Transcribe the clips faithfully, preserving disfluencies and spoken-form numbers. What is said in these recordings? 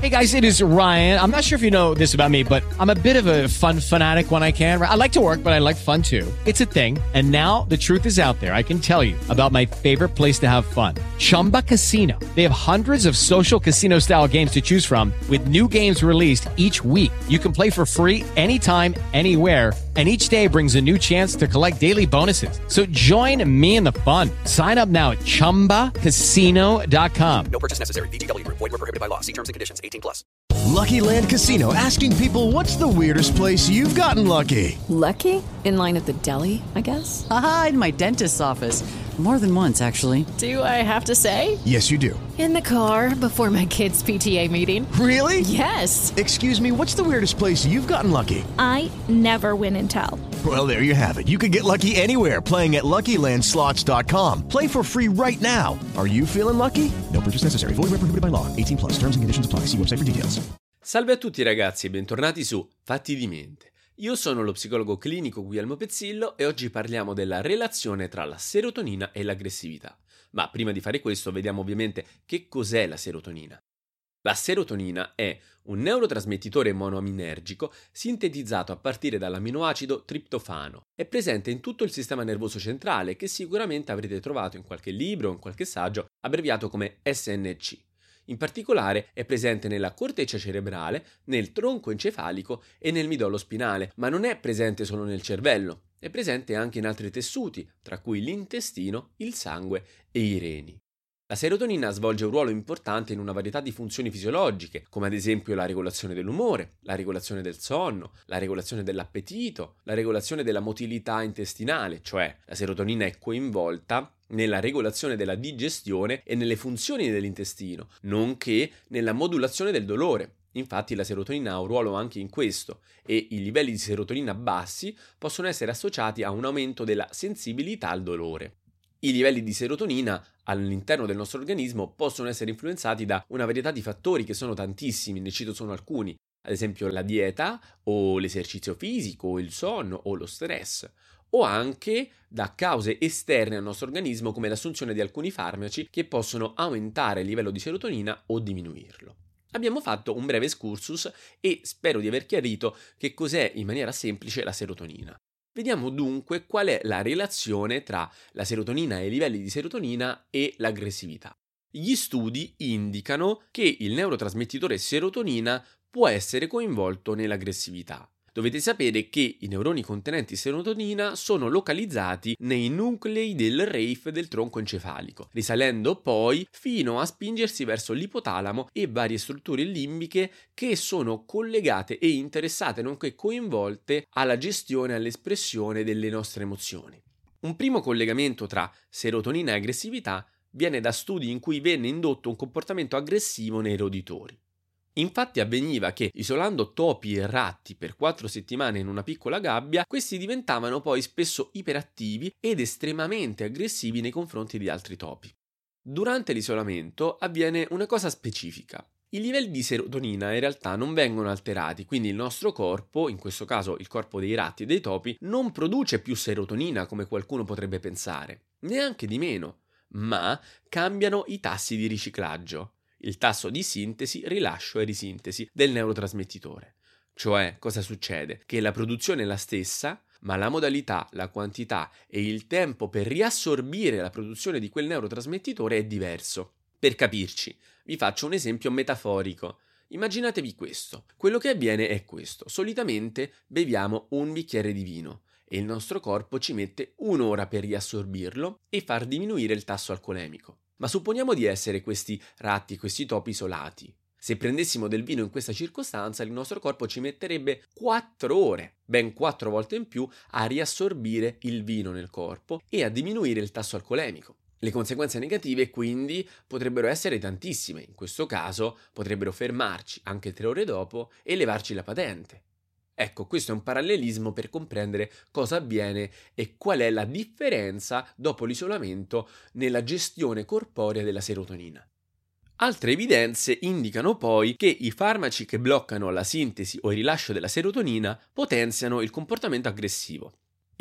Hey guys, it is Ryan. I'm not sure if you know this about me, but I'm a bit of a fun fanatic when I can. I like to work, but I like fun too. It's a thing. And now the truth is out there. I can tell you about my favorite place to have fun. Chumba Casino. They have hundreds of social casino style games to choose from with new games released each week. You can play for free anytime, anywhere. And each day brings a new chance to collect daily bonuses. So join me in the fun. Sign up now at chumba casino dot com. No purchase necessary. V G W Group. Void where prohibited by law. See terms and conditions. eighteen plus. Lucky Land Casino, asking people, what's the weirdest place you've gotten lucky? Lucky? In line at the deli, I guess? Aha, in my dentist's office. More than once, actually. Do I have to say? Yes, you do. In the car before my kids' P T A meeting. Really? Yes. Excuse me, what's the weirdest place you've gotten lucky? I never win and tell. Well, there you have it. You can get lucky anywhere, playing at Lucky Land Slots dot com. Play for free right now. Are you feeling lucky? No purchase necessary. Void where prohibited by law. eighteen plus. Terms and conditions apply. See website for details. Salve a tutti ragazzi e bentornati su Fatti di Mente. Io sono lo psicologo clinico Guglielmo Pezzillo e oggi parliamo della relazione tra la serotonina e l'aggressività. Ma prima di fare questo vediamo ovviamente che cos'è la serotonina. La serotonina è un neurotrasmettitore monoaminergico sintetizzato a partire dall'aminoacido triptofano. È presente in tutto il sistema nervoso centrale che sicuramente avrete trovato in qualche libro o in qualche saggio abbreviato come S N C. In particolare è presente nella corteccia cerebrale, nel tronco encefalico e nel midollo spinale, ma non è presente solo nel cervello, è presente anche in altri tessuti, tra cui l'intestino, il sangue e i reni. La serotonina svolge un ruolo importante in una varietà di funzioni fisiologiche, come ad esempio la regolazione dell'umore, la regolazione del sonno, la regolazione dell'appetito, la regolazione della motilità intestinale, cioè la serotonina è coinvolta nella regolazione della digestione e nelle funzioni dell'intestino, nonché nella modulazione del dolore. Infatti la serotonina ha un ruolo anche in questo e i livelli di serotonina bassi possono essere associati a un aumento della sensibilità al dolore. I livelli di serotonina all'interno del nostro organismo possono essere influenzati da una varietà di fattori che sono tantissimi, ne cito solo alcuni, ad esempio la dieta o l'esercizio fisico o il sonno o lo stress, o anche da cause esterne al nostro organismo come l'assunzione di alcuni farmaci che possono aumentare il livello di serotonina o diminuirlo. Abbiamo fatto un breve excursus e spero di aver chiarito che cos'è in maniera semplice la serotonina. Vediamo dunque qual è la relazione tra la serotonina e i livelli di serotonina e l'aggressività. Gli studi indicano che il neurotrasmettitore serotonina può essere coinvolto nell'aggressività. Dovete sapere che i neuroni contenenti serotonina sono localizzati nei nuclei del R A F del tronco encefalico, risalendo poi fino a spingersi verso l'ipotalamo e varie strutture limbiche che sono collegate e interessate, nonché coinvolte alla gestione e all'espressione delle nostre emozioni. Un primo collegamento tra serotonina e aggressività viene da studi in cui venne indotto un comportamento aggressivo nei roditori. Infatti avveniva che, isolando topi e ratti per quattro settimane in una piccola gabbia, questi diventavano poi spesso iperattivi ed estremamente aggressivi nei confronti di altri topi. Durante l'isolamento avviene una cosa specifica. I livelli di serotonina in realtà non vengono alterati, quindi il nostro corpo, in questo caso il corpo dei ratti e dei topi, non produce più serotonina come qualcuno potrebbe pensare, neanche di meno, ma cambiano i tassi di riciclaggio. Il tasso di sintesi, rilascio e risintesi del neurotrasmettitore. Cioè, cosa succede? Che la produzione è la stessa, ma la modalità, la quantità e il tempo per riassorbire la produzione di quel neurotrasmettitore è diverso. Per capirci, vi faccio un esempio metaforico. Immaginatevi questo. Quello che avviene è questo. Solitamente beviamo un bicchiere di vino e il nostro corpo ci mette un'ora per riassorbirlo e far diminuire il tasso alcolemico. Ma supponiamo di essere questi ratti, questi topi isolati. Se prendessimo del vino in questa circostanza, il nostro corpo ci metterebbe quattro ore, ben quattro volte in più, a riassorbire il vino nel corpo e a diminuire il tasso alcolemico. Le conseguenze negative quindi potrebbero essere tantissime. In questo caso potrebbero fermarci anche tre ore dopo e levarci la patente. Ecco, questo è un parallelismo per comprendere cosa avviene e qual è la differenza dopo l'isolamento nella gestione corporea della serotonina. Altre evidenze indicano poi che i farmaci che bloccano la sintesi o il rilascio della serotonina potenziano il comportamento aggressivo.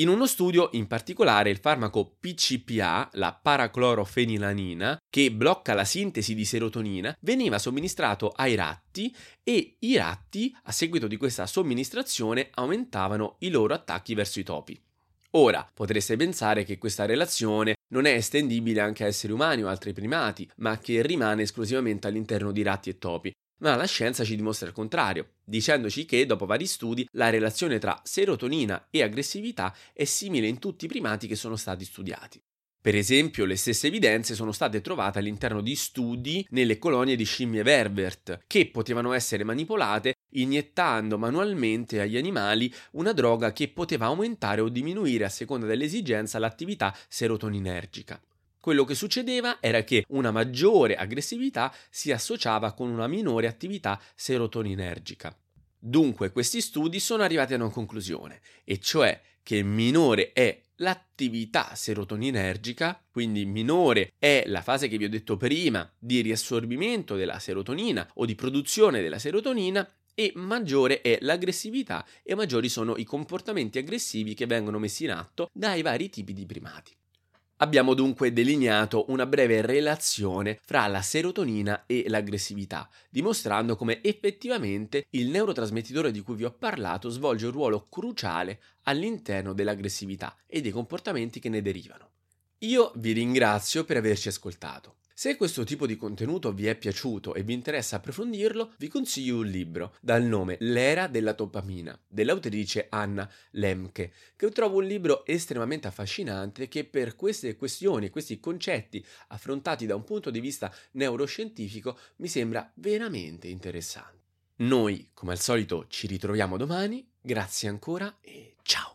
In uno studio, in particolare, il farmaco P C P A, la paraclorofenilanina, che blocca la sintesi di serotonina, veniva somministrato ai ratti e i ratti, a seguito di questa somministrazione, aumentavano i loro attacchi verso i topi. Ora, potreste pensare che questa relazione non è estendibile anche a esseri umani o altri primati, ma che rimane esclusivamente all'interno di ratti e topi. Ma la scienza ci dimostra il contrario, dicendoci che, dopo vari studi, la relazione tra serotonina e aggressività è simile in tutti i primati che sono stati studiati. Per esempio, le stesse evidenze sono state trovate all'interno di studi nelle colonie di scimmie Vervet, che potevano essere manipolate iniettando manualmente agli animali una droga che poteva aumentare o diminuire a seconda dell'esigenza l'attività serotoninergica. Quello che succedeva era che una maggiore aggressività si associava con una minore attività serotoninergica. Dunque questi studi sono arrivati a una conclusione, e cioè che minore è l'attività serotoninergica, quindi minore è la fase che vi ho detto prima di riassorbimento della serotonina o di produzione della serotonina, e maggiore è l'aggressività e maggiori sono i comportamenti aggressivi che vengono messi in atto dai vari tipi di primati. Abbiamo dunque delineato una breve relazione fra la serotonina e l'aggressività, dimostrando come effettivamente il neurotrasmettitore di cui vi ho parlato svolge un ruolo cruciale all'interno dell'aggressività e dei comportamenti che ne derivano. Io vi ringrazio per averci ascoltato. Se questo tipo di contenuto vi è piaciuto e vi interessa approfondirlo, vi consiglio un libro dal nome L'era della dopamina, dell'autrice Anna Lembke, che trovo un libro estremamente affascinante che per queste questioni, questi concetti affrontati da un punto di vista neuroscientifico mi sembra veramente interessante. Noi, come al solito, ci ritroviamo domani, grazie ancora e ciao!